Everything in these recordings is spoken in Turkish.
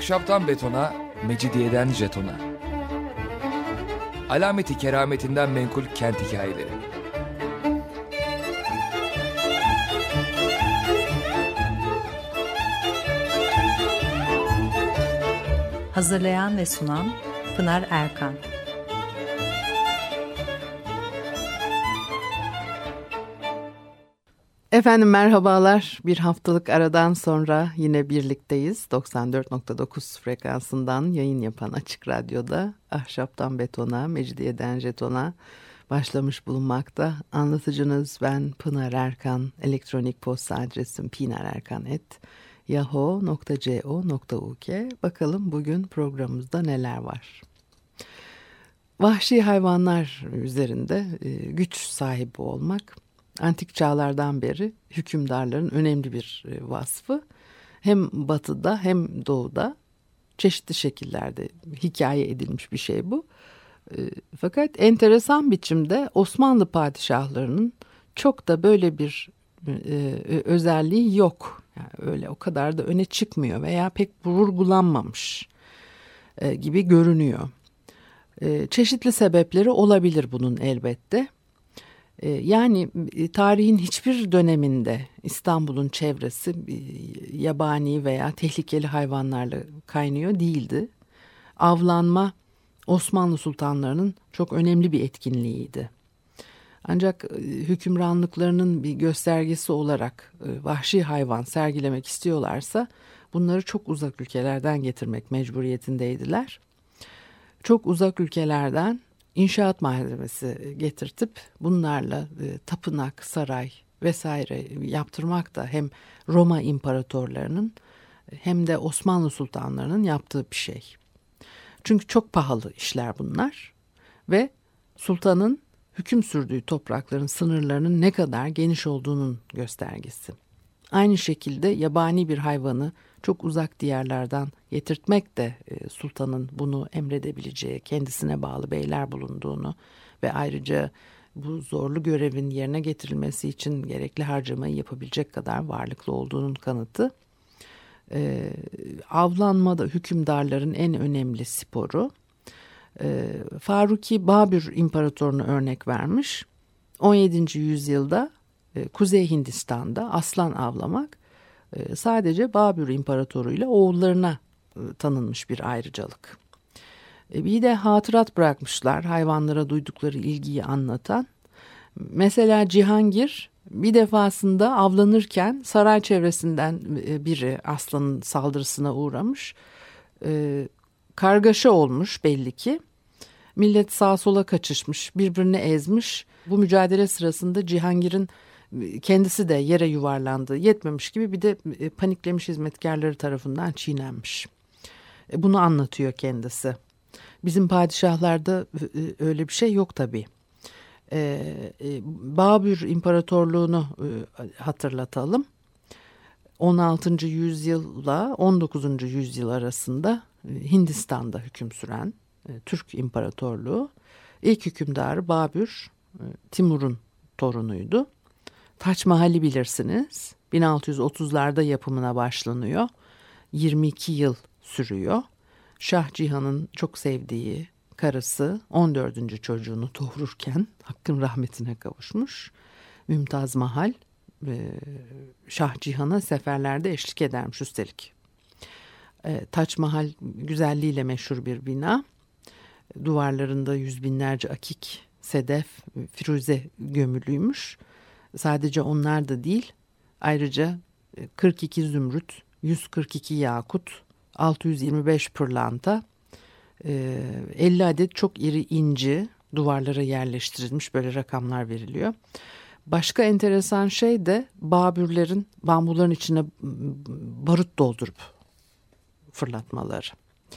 Ahşaptan betona, mecidiyeden jetona. Alameti kerametinden menkul kent hikayeleri. Hazırlayan ve sunan Pınar Erkan. Efendim merhabalar. Bir haftalık aradan sonra yine birlikteyiz. 94.9 frekansından yayın yapan Açık Radyo'da Ahşaptan Betona, Mecidiyeden Jeton'a başlamış bulunmakta. Anlatıcınız ben Pınar Erkan. Elektronik posta adresim pinarerkan@yahoo.co.uk. Bakalım bugün programımızda neler var. Vahşi hayvanlar üzerinde güç sahibi olmak antik çağlardan beri hükümdarların önemli bir vasfı. Hem batıda hem doğuda çeşitli şekillerde hikaye edilmiş bir şey bu. Fakat enteresan biçimde Osmanlı padişahlarının çok da böyle bir özelliği yok. Yani öyle o kadar da öne çıkmıyor veya pek vurgulanmamış gibi görünüyor. Çeşitli sebepleri olabilir bunun elbette. Yani tarihin hiçbir döneminde İstanbul'un çevresi yabani veya tehlikeli hayvanlarla kaynıyor değildi. Avlanma Osmanlı sultanlarının çok önemli bir etkinliğiydi. Ancak hükümranlıklarının bir göstergesi olarak vahşi hayvan sergilemek istiyorlarsa bunları çok uzak ülkelerden getirmek mecburiyetindeydiler. Çok uzak ülkelerden İnşaat malzemesi getirtip bunlarla tapınak, saray vesaire yaptırmak da hem Roma imparatorlarının hem de Osmanlı sultanlarının yaptığı bir şey. Çünkü çok pahalı işler bunlar ve sultanın hüküm sürdüğü toprakların sınırlarının ne kadar geniş olduğunun göstergesi. Aynı şekilde yabani bir hayvanı çok uzak diyarlardan getirtmek de sultanın bunu emredebileceği, kendisine bağlı beyler bulunduğunu ve ayrıca bu zorlu görevin yerine getirilmesi için gerekli harcamayı yapabilecek kadar varlıklı olduğunun kanıtı. Avlanma da hükümdarların en önemli sporu. Faruki Babür İmparatorunu örnek vermiş. 17. yüzyılda Kuzey Hindistan'da aslan avlamak sadece Babür İmparatoru ile oğullarına tanınmış bir ayrıcalık. Bir de hatırat bırakmışlar hayvanlara duydukları ilgiyi anlatan. Mesela Cihangir bir defasında avlanırken saray çevresinden biri aslanın saldırısına uğramış. Kargaşa olmuş belli ki. Millet sağa sola kaçışmış, birbirini ezmiş. Bu mücadele sırasında Cihangir'in kendisi de yere yuvarlandı. Yetmemiş gibi bir de paniklemiş hizmetkarları tarafından çiğnenmiş. Bunu anlatıyor kendisi. Bizim padişahlarda öyle bir şey yok tabii. Babür İmparatorluğunu hatırlatalım. 16. yüzyılla 19. yüzyıl arasında Hindistan'da hüküm süren Türk İmparatorluğu. İlk hükümdarı Babür, Timur'un torunuydu. Taç Mahal'i bilirsiniz. 1630'larda yapımına başlanıyor. 22 yıl sürüyor. Şah Cihan'ın çok sevdiği karısı 14. çocuğunu doğururken Hakk'ın rahmetine kavuşmuş. Mümtaz Mahal Şah Cihan'a seferlerde eşlik edermiş üstelik. Taç Mahal güzelliğiyle meşhur bir bina. Duvarlarında yüz binlerce akik, sedef, firuze gömülüymüş. Sadece onlar da değil, ayrıca 42 zümrüt, 142 yakut, 625 pırlanta, 50 adet çok iri inci duvarlara yerleştirilmiş, böyle rakamlar veriliyor. Başka enteresan şey de Babürlerin bambuların içine barut doldurup fırlatmaları.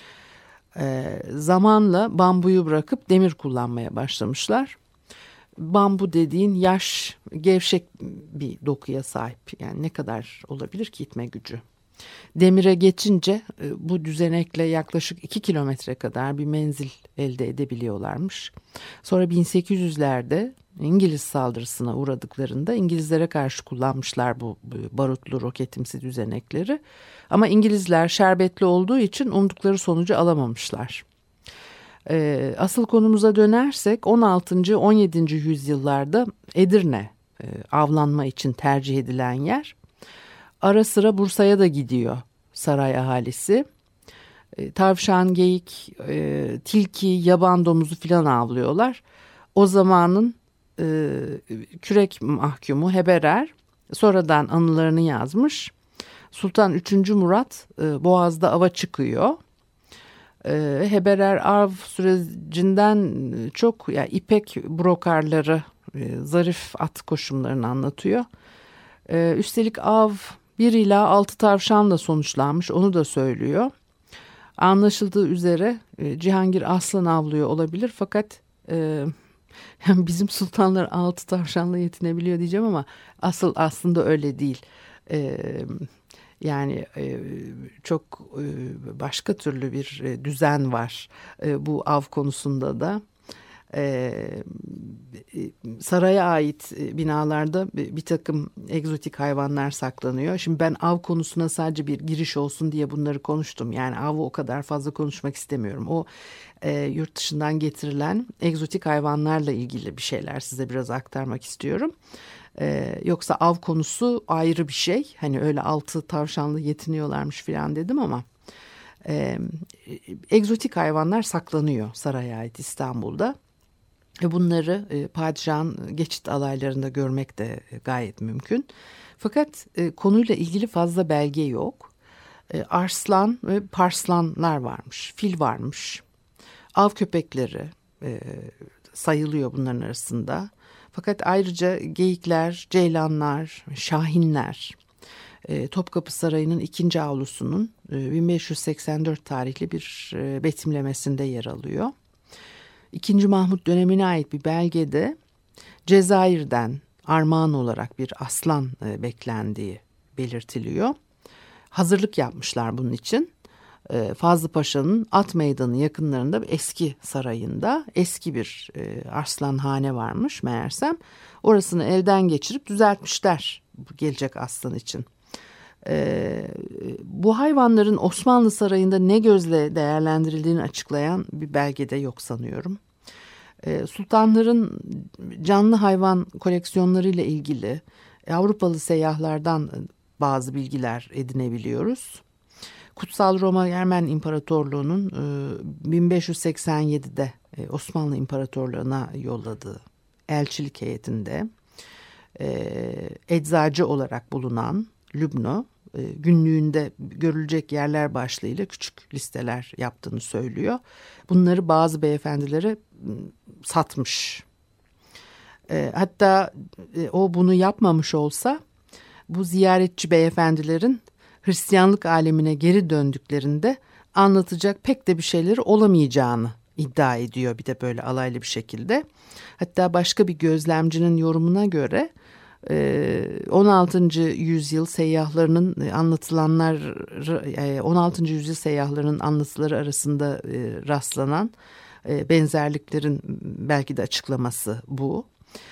Zamanla bambuyu bırakıp demir kullanmaya başlamışlar. Bambu dediğin yaş, gevşek bir dokuya sahip. Yani ne kadar olabilir ki itme gücü? Demire geçince bu düzenekle yaklaşık 2 kilometre kadar bir menzil elde edebiliyorlarmış. Sonra 1800'lerde İngiliz saldırısına uğradıklarında İngilizlere karşı kullanmışlar bu barutlu roketimsi düzenekleri. Ama İngilizler şerbetli olduğu için umdukları sonucu alamamışlar. Asıl konumuza dönersek 16. 17. yüzyıllarda Edirne avlanma için tercih edilen yer. Ara sıra Bursa'ya da gidiyor saray ahalisi. Tavşan, geyik, tilki, yaban domuzu filan avlıyorlar. O zamanın kürek mahkumu Heberer sonradan anılarını yazmış. Sultan 3. Murat Boğaz'da ava çıkıyor. Heberer av sürecinden çok yani ipek brokarları, zarif at koşumlarını anlatıyor. Üstelik av 1 ila 6 tavşanla sonuçlanmış, onu da söylüyor. Anlaşıldığı üzere Cihangir aslan avlıyor olabilir fakat yani bizim sultanlar 6 tavşanla yetinebiliyor diyeceğim ama aslında öyle değil. Yani çok başka türlü bir düzen var bu av konusunda da. Saraya ait binalarda bir takım egzotik hayvanlar saklanıyor. Şimdi ben av konusuna sadece bir giriş olsun diye bunları konuştum. Yani avı o kadar fazla konuşmak istemiyorum. O yurt dışından getirilen egzotik hayvanlarla ilgili bir şeyler size biraz aktarmak istiyorum. Yoksa av konusu ayrı bir şey. Hani öyle 6 tavşanla yetiniyorlarmış falan dedim ama egzotik hayvanlar saklanıyor saraya ait İstanbul'da. Bunları padişahın geçit alaylarında görmek de gayet mümkün. Fakat konuyla ilgili fazla belge yok. Arslan ve parslanlar varmış, fil varmış. Av köpekleri sayılıyor bunların arasında. Fakat ayrıca geyikler, ceylanlar, şahinler, Topkapı Sarayı'nın 2. avlusunun 1584 tarihli bir betimlemesinde yer alıyor. 2. Mahmut dönemine ait bir belgede Cezayir'den armağan olarak bir aslan beklendiği belirtiliyor. Hazırlık yapmışlar bunun için. Fazlı Paşa'nın At Meydanı yakınlarında bir eski sarayında eski bir arslanhane varmış meğersem. Orasını elden geçirip düzeltmişler gelecek aslan için. Bu hayvanların Osmanlı Sarayı'nda ne gözle değerlendirildiğini açıklayan bir belge de yok sanıyorum. Sultanların canlı hayvan koleksiyonlarıyla ilgili Avrupalı seyyahlardan bazı bilgiler edinebiliyoruz. Kutsal Roma Ermen İmparatorluğu'nun 1587'de Osmanlı İmparatorluğu'na yolladığı elçilik heyetinde eczacı olarak bulunan Lübno günlüğünde görülecek yerler başlığıyla küçük listeler yaptığını söylüyor. Bunları bazı beyefendilere satmış. Hatta o bunu yapmamış olsa bu ziyaretçi beyefendilerin Hristiyanlık alemine geri döndüklerinde anlatacak pek de bir şeyleri olamayacağını iddia ediyor bir de böyle alaylı bir şekilde. Hatta başka bir gözlemcinin yorumuna göre 16. yüzyıl seyyahlarının 16. yüzyıl seyyahlarının anlatıları arasında rastlanan benzerliklerin belki de açıklaması bu.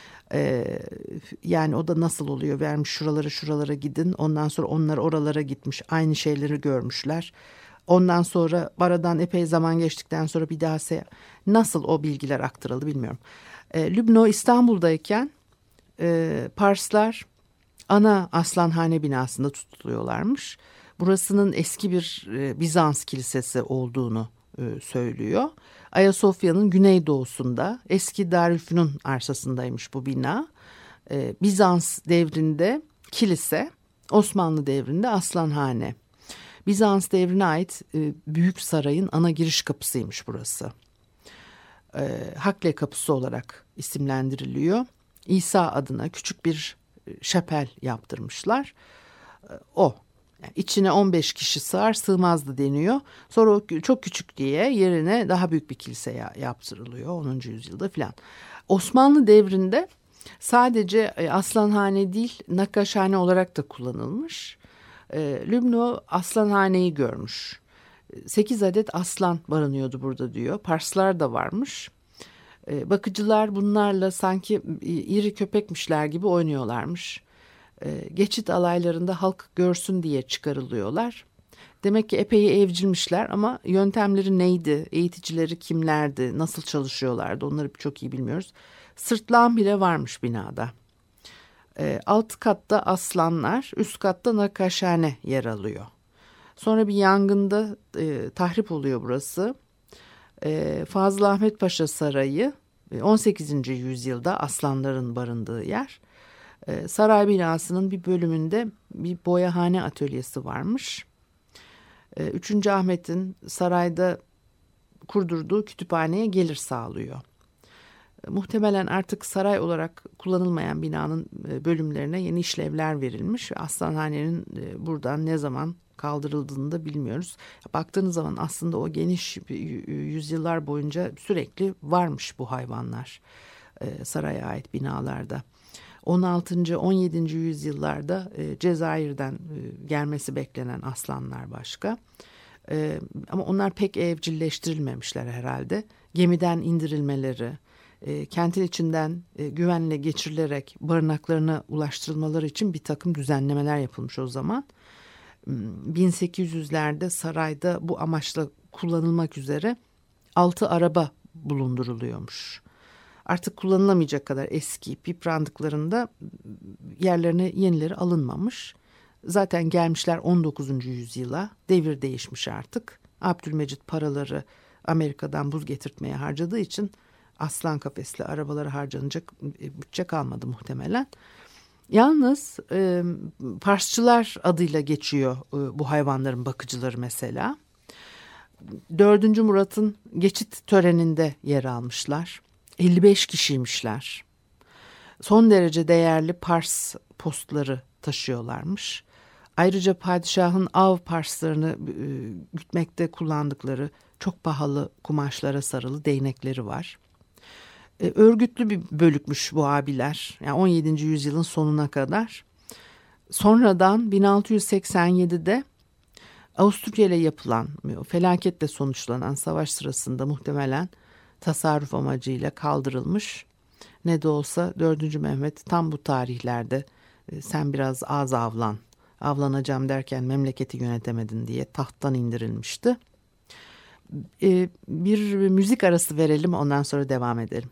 Yani o da nasıl oluyor, vermiş şuralara gidin, ondan sonra onlar oralara gitmiş, aynı şeyleri görmüşler. Ondan sonra aradan epey zaman geçtikten sonra bir daha nasıl o bilgiler aktarıldı bilmiyorum. Lübno İstanbul'dayken Parslar ana Aslanhane binasında tutuluyorlarmış. Burasının eski bir Bizans kilisesi olduğunu söylüyor. Ayasofya'nın güneydoğusunda eski Darülfünun arsasındaymış bu bina. Bizans devrinde kilise, Osmanlı devrinde Aslanhane. Bizans devrine ait büyük sarayın ana giriş kapısıymış burası. Hakle Kapısı olarak isimlendiriliyor. İsa adına küçük bir şapel yaptırmışlar. Yani içine 15 kişi sığar sığmazdı deniyor. Sonra o çok küçük diye yerine daha büyük bir kilise yaptırılıyor 10. yüzyılda filan. Osmanlı devrinde sadece Aslanhane değil Nakkaşhane olarak da kullanılmış. Lübno aslanhaneyi görmüş. 8 adet aslan barınıyordu burada diyor. Parslar da varmış. Bakıcılar bunlarla sanki iri köpekmişler gibi oynuyorlarmış. Geçit alaylarında halk görsün diye çıkarılıyorlar. Demek ki epey evcilmişler ama yöntemleri neydi, eğiticileri kimlerdi, nasıl çalışıyorlardı onları çok iyi bilmiyoruz. Sırtlan bile varmış binada. Alt katta aslanlar, üst katta nakaşhane yer alıyor. Sonra bir yangında tahrip oluyor burası. Fazıl Ahmet Paşa Sarayı 18. yüzyılda aslanların barındığı yer. Saray binasının bir bölümünde bir boyahane atölyesi varmış. 3. Ahmet'in sarayda kurdurduğu kütüphaneye gelir sağlıyor. Muhtemelen artık saray olarak kullanılmayan binanın bölümlerine yeni işlevler verilmiş. Aslanhanenin buradan ne zaman kaldırıldığını da bilmiyoruz. Baktığınız zaman aslında o geniş yüzyıllar boyunca sürekli varmış bu hayvanlar saraya ait binalarda. 16. 17. yüzyıllarda Cezayir'den gelmesi beklenen aslanlar başka. Ama onlar pek evcilleştirilmemişler herhalde. Gemiden indirilmeleri, kentin içinden güvenle geçirilerek barınaklarına ulaştırılmaları için bir takım düzenlemeler yapılmış o zaman. 1800'lerde sarayda bu amaçla kullanılmak üzere 6 araba bulunduruluyormuş. Artık kullanılamayacak kadar eskiyip yıprandıklarında yerlerine yenileri alınmamış. Zaten gelmişler 19. yüzyıla, devir değişmiş artık. Abdülmecit paraları Amerika'dan buz getirtmeye harcadığı için aslan kafesli arabalara harcanacak bütçe kalmadı muhtemelen. Yalnız Parsçılar adıyla geçiyor bu hayvanların bakıcıları mesela. 4. Murat'ın geçit töreninde yer almışlar. 55 kişiymişler. Son derece değerli Pars postları taşıyorlarmış. Ayrıca padişahın av parslarını gütmekte kullandıkları çok pahalı kumaşlara sarılı değnekleri var. Örgütlü bir bölükmüş bu abiler. Yani 17. yüzyılın sonuna kadar. Sonradan 1687'de Avusturya ile yapılan, felaketle sonuçlanan savaş sırasında muhtemelen tasarruf amacıyla kaldırılmış. Ne de olsa 4. Mehmet tam bu tarihlerde sen biraz az avlanacağım derken memleketi yönetemedin diye tahttan indirilmişti. Bir müzik arası verelim, ondan sonra devam edelim.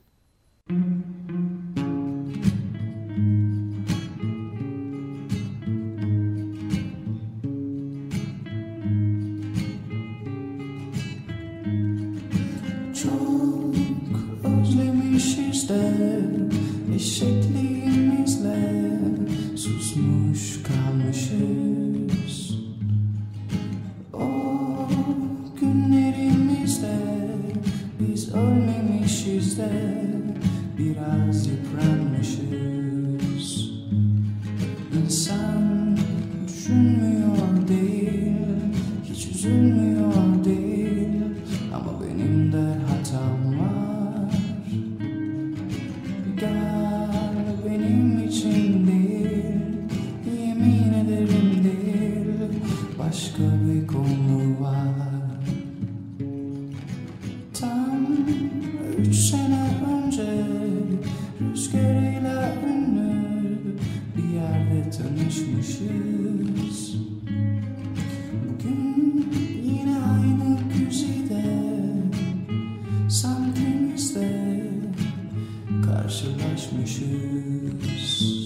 Çok özlemişiz de eşekliğimizle susmuş kalmışız. O günlerimizde biz ölmemişiz de biraz yıpranmışız. İnsan düşünmüyor değil, hiç üzülmüyor değil, ama benim de hatam var. Gel benim için değil, yemin ederim değil, başka bir konu var. Tam 3 sene önce rüzgarıyla ünlü bir yerde tanışmışız. Bugün yine aynı güzide semtimizde karşılaşmışız.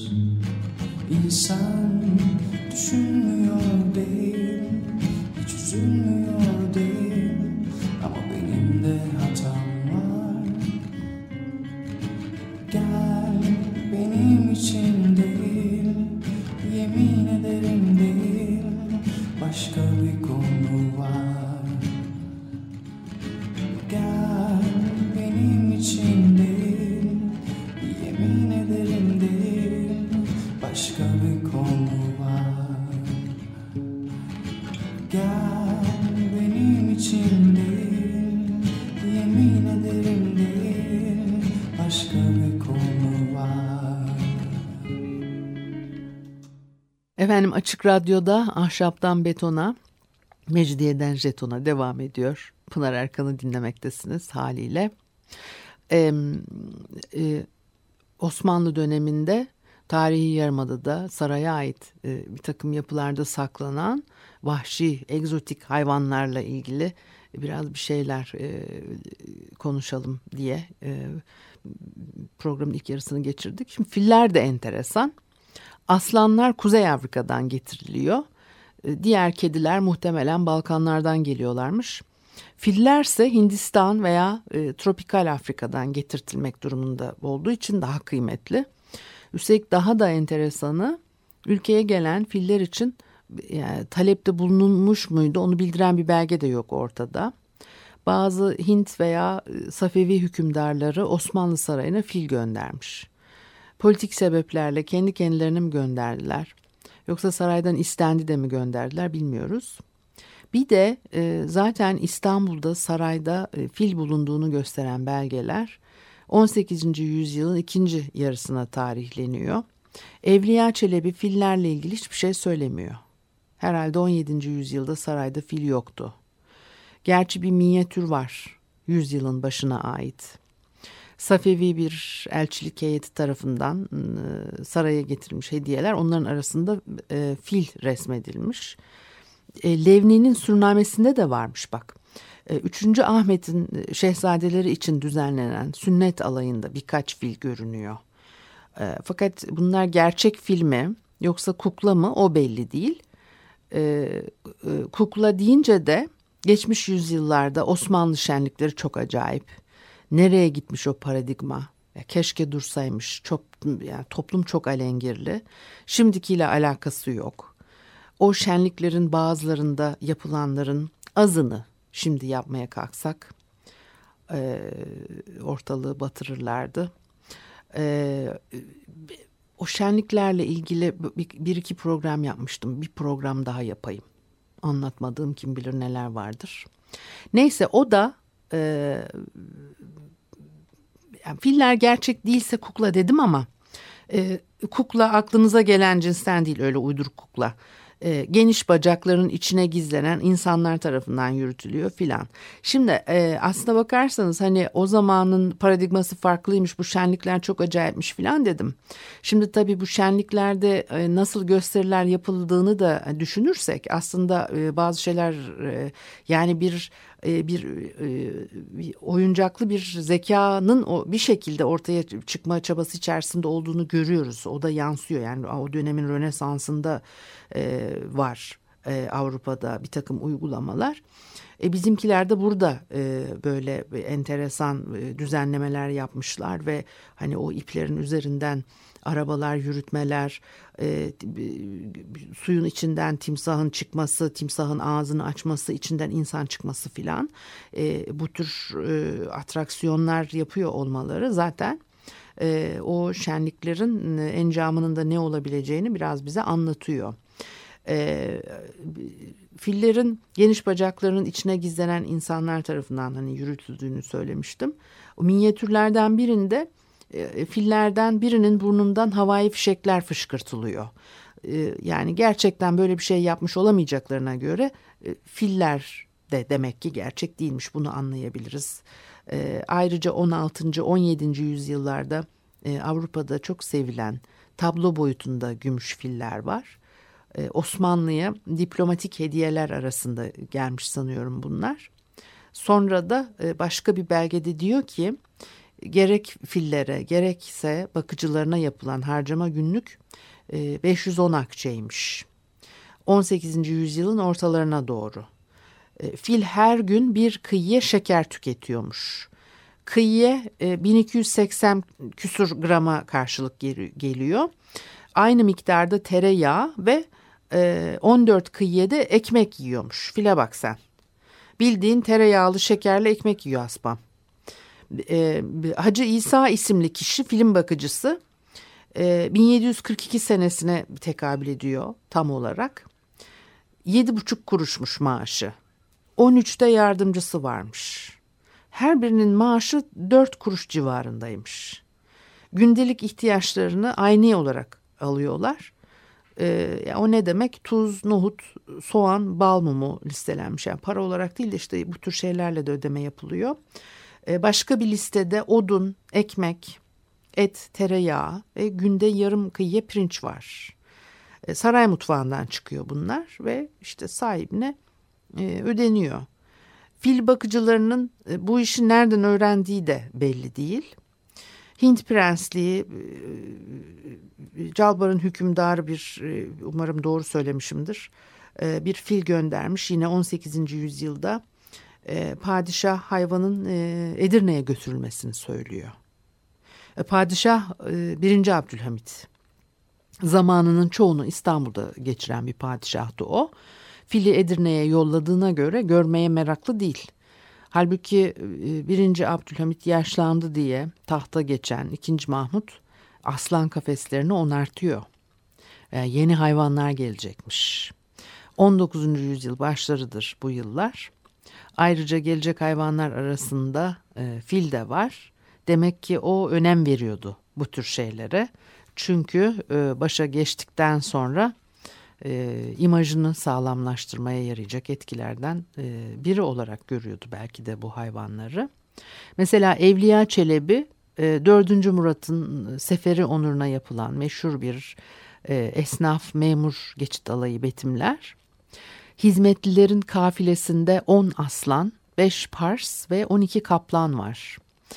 İnsan düşünmüyor değil, hiç üzülmüyor değil, ama benim de hatam var. Gel benim için değil, yemin ederim değil, başka bir konu var. Gel benim için değil, yemin ederim değil, başka bir konu var. Gel benim için değil, yemin ederim değil, başka bir konu var. Efendim Açık Radyo'da Ahşaptan Betona, Mecidiyeden Jeton'a devam ediyor. Pınar Erkan'ı dinlemektesiniz haliyle. Osmanlı döneminde tarihi Yarımada'da saraya ait bir takım yapılarda saklanan vahşi, egzotik hayvanlarla ilgili biraz bir şeyler konuşalım diye programın ilk yarısını geçirdik. Şimdi filler de enteresan. Aslanlar Kuzey Afrika'dan getiriliyor. Diğer kediler muhtemelen Balkanlardan geliyorlarmış. Fillerse Hindistan veya tropikal Afrika'dan getirtilmek durumunda olduğu için daha kıymetli. Üstelik daha da enteresanı, ülkeye gelen filler için yani talepte bulunmuş muydu onu bildiren bir belge de yok ortada. Bazı Hint veya Safevi hükümdarları Osmanlı Sarayı'na fil göndermiş. Politik sebeplerle kendi kendilerine mi gönderdiler? Yoksa saraydan istendi de mi gönderdiler bilmiyoruz. Bir de zaten İstanbul'da sarayda fil bulunduğunu gösteren belgeler 18. yüzyılın ikinci yarısına tarihleniyor. Evliya Çelebi fillerle ilgili hiçbir şey söylemiyor. Herhalde 17. yüzyılda sarayda fil yoktu. Gerçi bir minyatür var yüzyılın başına ait. Safevi bir elçilik heyeti tarafından saraya getirilmiş hediyeler, onların arasında fil resmedilmiş. Levni'nin Surnamesi'nde de varmış bak. 3. Ahmet'in şehzadeleri için düzenlenen sünnet alayında birkaç fil görünüyor. Fakat bunlar gerçek fil mi yoksa kukla mı o belli değil. Kukla deyince de geçmiş yüzyıllarda Osmanlı şenlikleri çok acayip. Nereye gitmiş o paradigma? Ya keşke dursaymış. Yani toplum çok alengirli. Şimdikiyle alakası yok. O şenliklerin bazılarında yapılanların azını şimdi yapmaya kalksak ortalığı batırırlardı. O şenliklerle ilgili bir iki program yapmıştım. Bir program daha yapayım. Anlatmadığım kim bilir neler vardır. Neyse o da yani filler gerçek değilse kukla dedim ama kukla aklınıza gelen cinsten değil, öyle uyduruk kukla. Geniş bacakların içine gizlenen insanlar tarafından yürütülüyor filan. Şimdi aslına bakarsanız hani o zamanın paradigması farklıymış, bu şenlikler çok acayipmiş filan dedim. Şimdi tabii bu şenliklerde nasıl gösteriler yapıldığını da düşünürsek aslında bazı şeyler yani bir oyuncaklı bir zekanın bir şekilde ortaya çıkma çabası içerisinde olduğunu görüyoruz. O da yansıyor yani o dönemin Rönesans'ında var Avrupa'da bir takım uygulamalar. Bizimkiler de burada böyle enteresan düzenlemeler yapmışlar ve hani o iplerin üzerinden arabalar yürütmeler, suyun içinden timsahın çıkması, timsahın ağzını açması, içinden insan çıkması filan, bu tür atraksiyonlar yapıyor olmaları zaten o şenliklerin encamının da ne olabileceğini biraz bize anlatıyor. Fillerin geniş bacaklarının içine gizlenen insanlar tarafından hani yürütüldüğünü söylemiştim. O minyatürlerden birinde fillerden birinin burnundan havai fişekler fışkırtılıyor. Yani gerçekten böyle bir şey yapmış olamayacaklarına göre filler de demek ki gerçek değilmiş, bunu anlayabiliriz. Ayrıca 16. 17. yüzyıllarda Avrupa'da çok sevilen tablo boyutunda gümüş filler var. Osmanlı'ya diplomatik hediyeler arasında gelmiş sanıyorum bunlar. Sonra da başka bir belgede diyor ki gerek fillere gerekse bakıcılarına yapılan harcama günlük 510 akçeymiş. 18. yüzyılın ortalarına doğru. Fil her gün bir kıyıya şeker tüketiyormuş. Kıyıya 1280 küsur grama karşılık geliyor. Aynı miktarda tereyağı ve 14 kıyıya da ekmek yiyormuş. File bak sen. Bildiğin tereyağlı şekerli ekmek yiyor aspam. Hacı İsa isimli kişi film bakıcısı 1742 senesine tekabül ediyor tam olarak. 7,5 kuruşmuş maaşı. 13'te yardımcısı varmış. Her birinin maaşı 4 kuruş civarındaymış. Gündelik ihtiyaçlarını ayni olarak alıyorlar. O ne demek? Tuz, nohut, soğan, bal mumu listelenmiş. Yani para olarak değil de işte bu tür şeylerle de ödeme yapılıyor. Başka bir listede odun, ekmek, et, tereyağı ve günde yarım kıyıya pirinç var. Saray mutfağından çıkıyor bunlar ve işte sahibine ödeniyor. Fil bakıcılarının bu işi nereden öğrendiği de belli değil. Hint prensliği, Calbar'ın hükümdarı umarım doğru söylemişimdir, bir fil göndermiş yine 18. yüzyılda. Padişah hayvanın Edirne'ye götürülmesini söylüyor. Padişah 1. Abdülhamit. Zamanının çoğunu İstanbul'da geçiren bir padişahtı o. Fili Edirne'ye yolladığına göre görmeye meraklı değil. Halbuki 1. Abdülhamit yaşlandı diye tahta geçen 2. Mahmut aslan kafeslerini onartıyor. Yeni hayvanlar gelecekmiş. 19. yüzyıl başlarıdır bu yıllar. Ayrıca gelecek hayvanlar arasında fil de var. Demek ki o önem veriyordu bu tür şeylere. Çünkü başa geçtikten sonra imajını sağlamlaştırmaya yarayacak etkilerden biri olarak görüyordu belki de bu hayvanları. Mesela Evliya Çelebi 4. Murat'ın seferi onuruna yapılan meşhur bir esnaf memur geçit alayı betimler. Hizmetlilerin kafilesinde 10 aslan, 5 pars ve 12 kaplan var.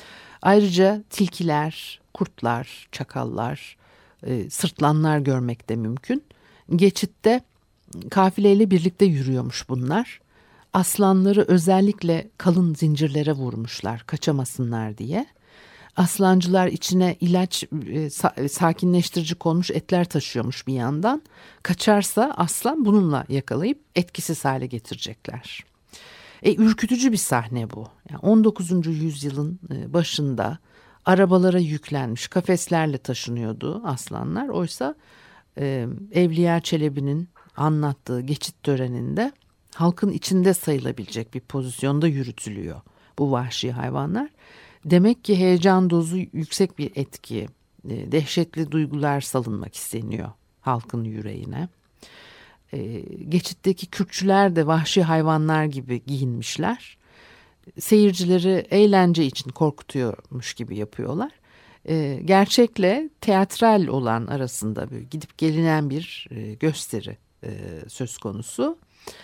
Ayrıca tilkiler, kurtlar, çakallar, sırtlanlar görmek de mümkün. Geçitte kafileyle birlikte yürüyormuş bunlar. Aslanları özellikle kalın zincirlere vurmuşlar kaçamasınlar diye. Aslancılar içine ilaç, sakinleştirici konmuş etler taşıyormuş bir yandan. Kaçarsa aslan bununla yakalayıp etkisiz hale getirecekler. Ürkütücü bir sahne bu. Yani 19. yüzyılın başında arabalara yüklenmiş kafeslerle taşınıyordu aslanlar. Oysa Evliya Çelebi'nin anlattığı geçit töreninde halkın içinde sayılabilecek bir pozisyonda yürütülüyor bu vahşi hayvanlar. Demek ki heyecan dozu yüksek bir etki, dehşetli duygular salınmak isteniyor halkın yüreğine. Geçitteki kürkçüler de vahşi hayvanlar gibi giyinmişler. Seyircileri eğlence için korkutuyormuş gibi yapıyorlar. Gerçekle teatral olan arasında böyle gidip gelinen bir gösteri söz konusu.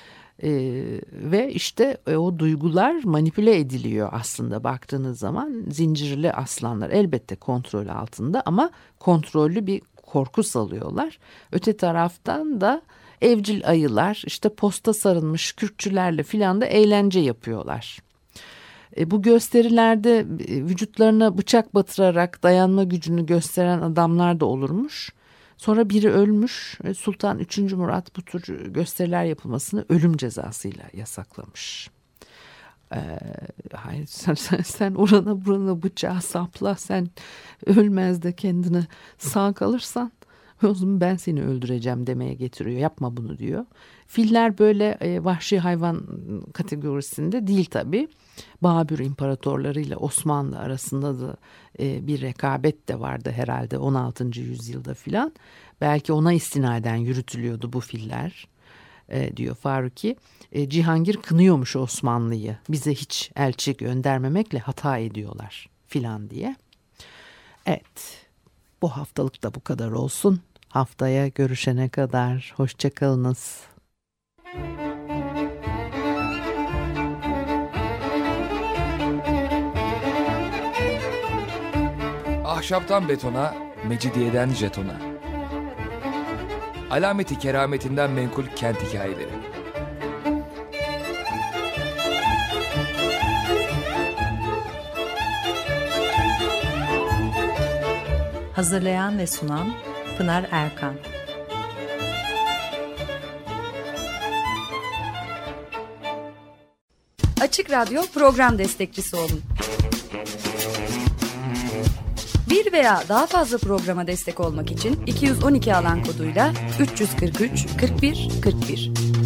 Ve işte o duygular manipüle ediliyor aslında baktığınız zaman. Zincirli aslanlar elbette kontrol altında ama kontrollü bir korku salıyorlar. Öte taraftan da evcil ayılar işte posta sarılmış kürkçülerle filan da eğlence yapıyorlar. Bu gösterilerde vücutlarına bıçak batırarak dayanma gücünü gösteren adamlar da olurmuş. Sonra biri ölmüş. Sultan 3. Murat bu tür gösteriler yapılmasını ölüm cezasıyla yasaklamış. Hayır, sen orana burana bıçağı sapla, sen ölmez de kendini sağ kalırsan o zaman ben seni öldüreceğim demeye getiriyor. Yapma bunu diyor. Filler böyle vahşi hayvan kategorisinde değil tabii. Babür imparatorlarıyla Osmanlı arasında da bir rekabet de vardı herhalde 16. yüzyılda filan. Belki ona istinaden yürütülüyordu bu filler diyor Faruki. Cihangir kınıyormuş Osmanlı'yı. Bize hiç elçi göndermemekle hata ediyorlar filan diye. Evet, bu haftalık da bu kadar olsun. Haftaya görüşene kadar hoşçakalınız. Ahşaptan betona, mecidiyeden jetona. Alameti kerametinden menkul kent hikayeleri. Hazırlayan ve sunan Pınar Erkan. Açık Radyo program destekçisi olun. Bir veya daha fazla programa destek olmak için 212 alan koduyla 343 41 41.